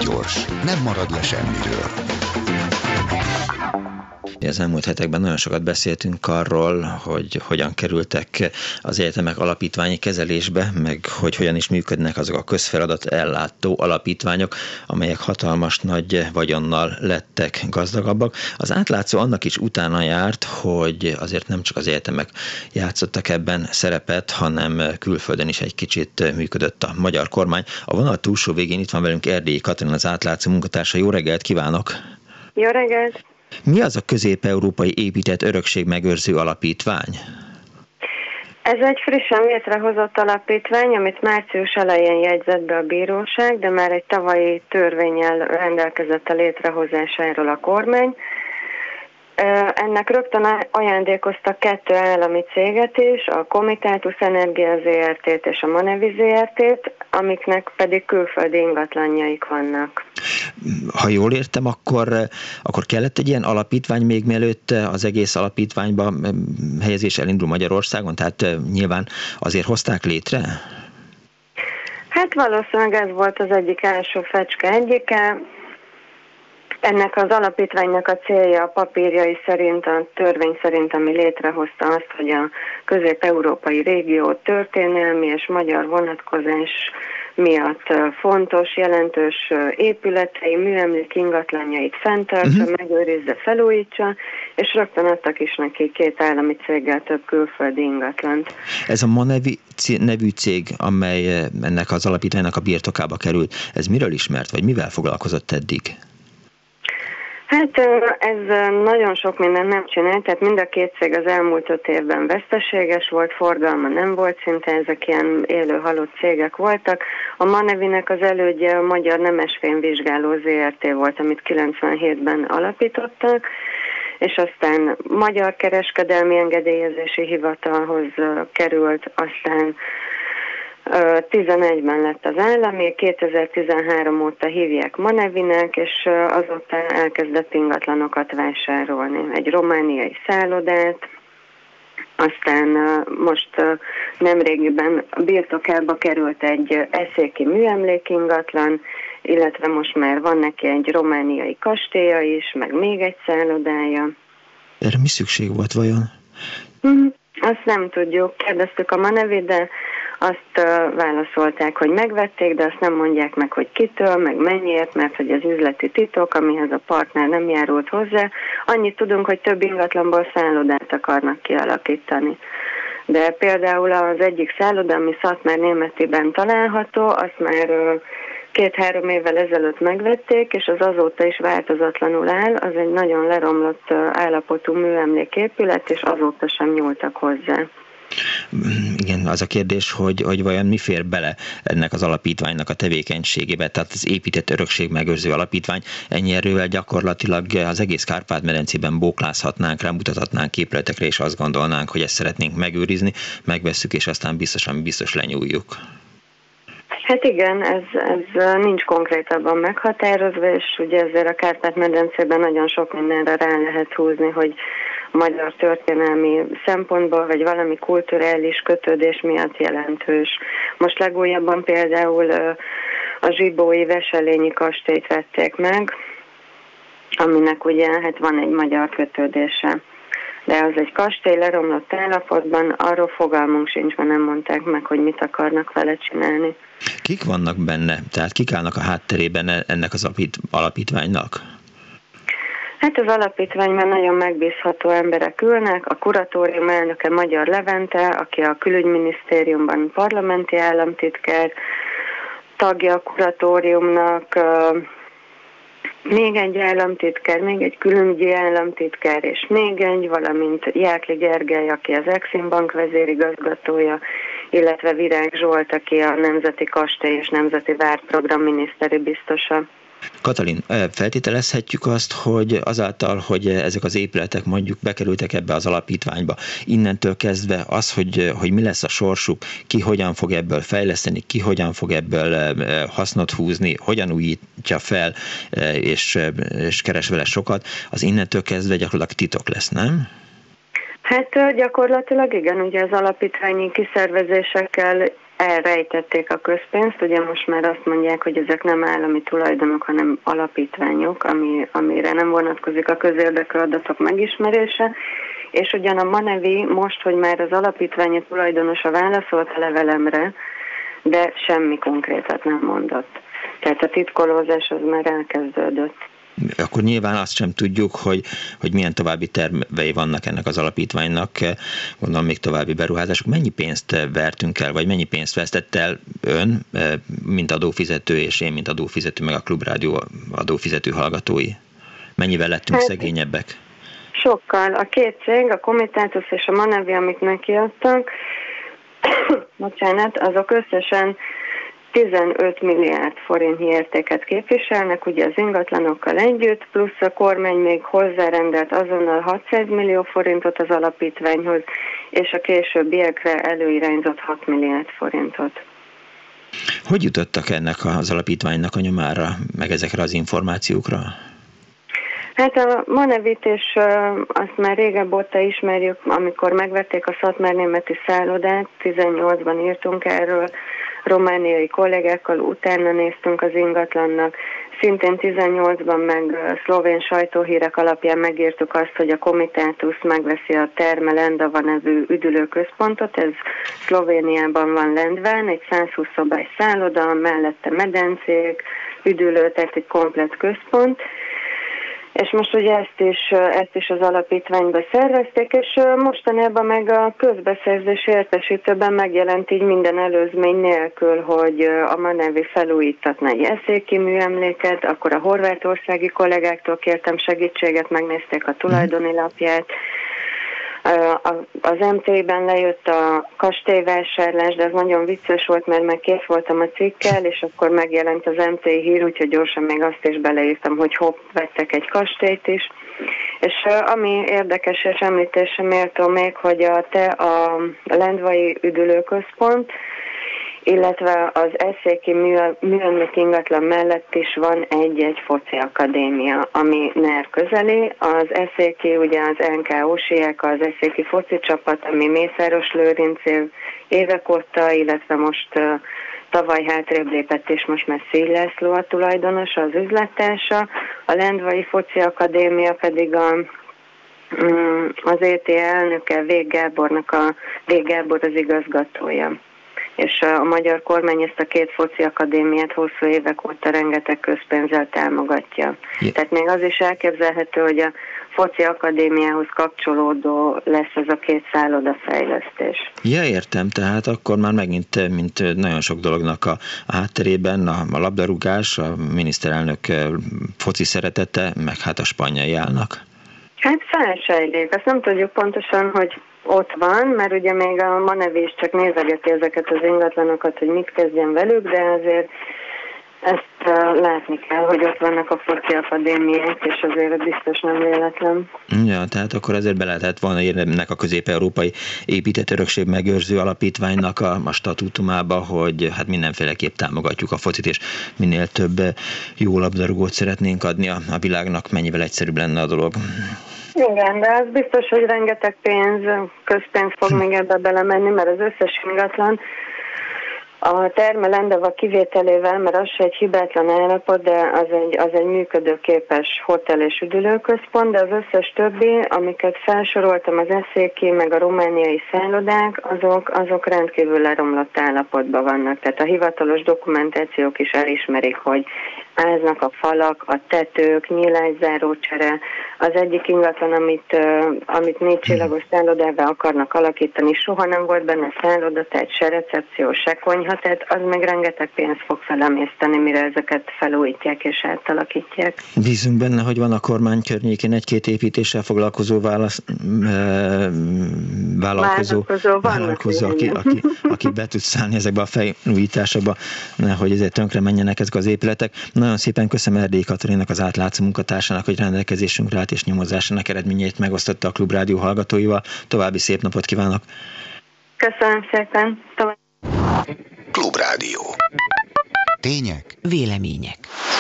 gyors, nem marad le semmiről. Az elmúlt hetekben nagyon sokat beszéltünk arról, hogy hogyan kerültek az egyetemek alapítványi kezelésbe, meg hogy hogyan is működnek azok a közfeladat ellátó alapítványok, amelyek hatalmas nagy vagyonnal lettek gazdagabbak. Az átlátszó annak is utána járt, hogy azért nem csak az egyetemek játszottak ebben szerepet, hanem külföldön is egy kicsit működött a magyar kormány. A vonal túlsó végén itt van velünk Erdélyi Katalin, az átlátszó munkatársa. Jó reggelt kívánok! Jó reggelt! Mi az a közép-európai épített örökségmegőrző alapítvány? Ez egy frissen létrehozott alapítvány, amit március elején jegyzett be a bíróság, de már egy tavalyi törvénnyel rendelkezett a létrehozásáról a kormány. Ennek rögtön ajándékoztak 2 állami céget is, a Comitatus Energia Zrt-t és a Monevi Zrt-t, amiknek pedig külföldi ingatlanjaik vannak. Ha jól értem, akkor kellett egy ilyen alapítvány még mielőtt az egész alapítványba helyezés elindul Magyarországon? Tehát nyilván azért hozták létre? Hát valószínűleg ez volt az egyik első fecske egyike. Ennek az alapítványnak a célja a papírjai szerint, a törvény szerint, ami létrehozta azt, hogy a közép-európai régió történelmi és magyar vonatkozás miatt fontos, jelentős épületei, műemlék ingatlanjait fenntartsa, megőrizze, felújítsa, és rögtön adtak is neki 2 állami céggel több külföldi ingatlant. Ez a Monevi nevű cég, amely ennek az alapítványnak a birtokába került, ez miről ismert, vagy mivel foglalkozott eddig? Hát ez nagyon sok mindent nem csinált, tehát mind a 2 cég az elmúlt 5 évben veszteséges volt, forgalma nem volt, szinte ezek ilyen élő halott cégek voltak. A Monevinek az elődje a Magyar Nemesfémvizsgáló Zrt. Volt, amit 97-ben alapítottak, és aztán Magyar Kereskedelmi Engedélyezési Hivatalhoz került, aztán 11-ben lett az állami, 2013 óta hívják Monevinek, és azóta elkezdett ingatlanokat vásárolni. Egy romániai szállodát, aztán most nemrégiben birtokába került egy eszéki műemlékingatlan, illetve most már van neki egy romániai kastélya is, meg még egy szállodája. Erre mi szükség volt vajon? Azt nem tudjuk. Kérdeztük a Monevit, de azt válaszolták, hogy megvették, de azt nem mondják meg, hogy kitől, meg mennyiért, mert hogy az üzleti titok, amihez a partner nem járult hozzá. Annyit tudunk, hogy több ingatlanból szállodát akarnak kialakítani. De például az egyik szálloda, ami Szatmár-Németiben található, azt már 2-3 évvel ezelőtt megvették, és az azóta is változatlanul áll. Az egy nagyon leromlott állapotú műemléképület, és azóta sem nyúltak hozzá. Igen, az a kérdés, hogy vajon mi fér bele ennek az alapítványnak a tevékenységébe, tehát az épített örökségmegőrző alapítvány. Ennyi erővel gyakorlatilag az egész Kárpát-medencében bóklázhatnánk, rámutathatnánk képletekre, és azt gondolnánk, hogy ezt szeretnénk megőrizni, megvesszük, és aztán biztos lenyúljuk. Hát igen, ez nincs konkrétabban meghatározva, és ugye ezért a Kárpát-medencében nagyon sok mindenre rá lehet húzni, hogy magyar történelmi szempontból, vagy valami kulturális kötődés miatt jelentős. Most legújabban például a zsibói Veselényi kastélyt vették meg, aminek ugye hát van egy magyar kötődése. De az egy kastély leromlott állapotban, arról fogalmunk sincs, mert nem mondták meg, hogy mit akarnak vele csinálni. Kik vannak benne? Tehát kik állnak a hátterében ennek az alapítványnak? Hát az alapítványban nagyon megbízható emberek ülnek, a kuratórium elnöke Magyar Levente, aki a külügyminisztériumban parlamenti államtitkár, tagja a kuratóriumnak, még egy államtitkár, még egy külügyi államtitkár, és még egy, valamint Jákli Gergely, aki az Exim Bank vezérigazgatója, illetve Virág Zsolt, aki a Nemzeti Kastély és Nemzeti Várprogram miniszteri biztosa. Katalin, feltételezhetjük azt, hogy azáltal, hogy ezek az épületek mondjuk bekerültek ebbe az alapítványba, innentől kezdve az, hogy mi lesz a sorsuk, ki hogyan fog ebből fejleszteni, ki hogyan fog ebből hasznot húzni, hogyan újítja fel, és keres vele sokat, az innentől kezdve gyakorlatilag titok lesz, nem? Hát gyakorlatilag igen, ugye az alapítványi kiszervezésekkel elrejtették a közpénzt. Ugye most már azt mondják, hogy ezek nem állami tulajdonok, hanem alapítványok, amire nem vonatkozik a közérdekű adatok megismerése. És ugyan a Manevi most, hogy már az alapítvány tulajdonosa válaszolt a levelemre, de semmi konkrétat nem mondott. Tehát a titkolózás az már elkezdődött. Akkor nyilván azt sem tudjuk, hogy milyen további tervei vannak ennek az alapítványnak, gondolom még további beruházások. Mennyi pénzt vertünk el, vagy mennyi pénzt vesztett el ön, mint adófizető, és én, mint adófizető, meg a Klubrádió adófizető hallgatói? Mennyivel lettünk szegényebbek? Sokkal. A két cég, a Comitatus és a Manevi, amit nekiadtak, azok összesen 15 milliárd forintnyi értéket képviselnek, ugye az ingatlanokkal együtt, plusz a kormány még hozzárendelt azonnal 600 millió forintot az alapítványhoz, és a későbbiekre előirányzott 6 milliárd forintot. Hogy jutottak ennek az alapítványnak a nyomára, meg ezekre az információkra? Hát a Manevit, és azt már régebb óta ismerjük, amikor megvették a szatmárnémeti szállodát, 18-ban írtunk erről, romániai kollégákkal, utána néztünk az ingatlannak. Szintén 18-ban meg szlovén sajtóhírek alapján megírtuk azt, hogy a Comitatus megveszi a Terme Lendava nevű üdülőközpontot, ez Szlovéniában van Lendván, egy 120 szobás szálloda, mellette medencék, üdülő, tehát egy komplett központ. És most ugye ezt is az alapítványba szervezték, és mostanában meg a közbeszerzés értesítőben megjelent így minden előzmény nélkül, hogy a Manevi felújítatna egy eszéki műemléket, akkor a horvátországi kollégáktól kértem segítséget, megnézték a tulajdoni lapját. Az MT-ben lejött a kastélyvásárlás, de ez nagyon vicces volt, mert meg kész voltam a cikkel, és akkor megjelent az MT hír, úgyhogy gyorsan még azt is beleírtam, hogy hopp, vettek egy kastélyt is. És ami érdekes és említésre méltó még, hogy a Lendvai üdülőközpont, illetve az eszéki műemlék ingatlan mellett is van egy foci akadémia, ami NER közeli. Az eszéki, ugye az NK-ósiek, az eszéki foci csapat, ami Mészáros Lőrinc évek óta, illetve most tavaly hátrébb lépett, és most már Szély László a tulajdonosa, az üzlettársa. A Lendvai Foci Akadémia pedig az ET elnöke, Vég Gábor az igazgatója. És a magyar kormány ezt a két foci akadémiát hosszú évek óta rengeteg közpénzzel támogatja. Tehát még az is elképzelhető, hogy a foci akadémiához kapcsolódó lesz ez a két szállodafejlesztés. Ja, értem, tehát akkor már megint, mint nagyon sok dolognak a hátterében a labdarúgás, a miniszterelnök foci szeretete, meg hát a spanyai állnak. Hát felsejlik, azt nem tudjuk pontosan, hogy ott van, mert ugye még a Manevi is csak nézegeti ezeket az ingatlanokat, hogy mit kezdjen velük, de azért ezt látni kell, hogy ott vannak a foci akadémiák, és azért biztos nem véletlen. Ja, tehát akkor azért be lehetett volna írni a Közép-Európai Épített Örökség Megőrző Alapítványnak a statútumába, hogy hát mindenféleképp támogatjuk a focit, és minél több jó labdarúgót szeretnénk adni a világnak, mennyivel egyszerűbb lenne a dolog. Igen, de az biztos, hogy rengeteg közpénz fog még ebbe belemenni, mert az összes ingatlan a Terme Lendava kivételével, mert az se egy hibátlan állapot, de az egy működőképes hotel és üdülőközpont, de az összes többi, amiket felsoroltam, az eszéki, meg a romániai szállodák, azok rendkívül leromlott állapotban vannak. Tehát a hivatalos dokumentációk is elismerik, hogy áznak a falak, a tetők, nyílászárócsere. Az egyik ingatlan, amit 4 csillagos szállodává akarnak alakítani, soha nem volt benne szálloda, tehát se recepció, se konyha, tehát az meg rengeteg pénzt fog felemészteni, mire ezeket felújítják és átalakítják. Bízunk benne, hogy van a kormány környékén egy-két építéssel foglalkozó vállalkozó, aki be tud szállni ezekbe a felújításokba, nehogy ezért tönkre menjenek ezek az épületek. Nagyon szépen köszönöm Erdélyi Katalinnak, az átlátszó munkatársának, hogy rendelkezésünkre állt és nyomozásának eredményeit megosztotta a Klubrádió hallgatóival. További szép napot kívánok! Köszönöm szépen! Klubrádió. Tények. Vélemények.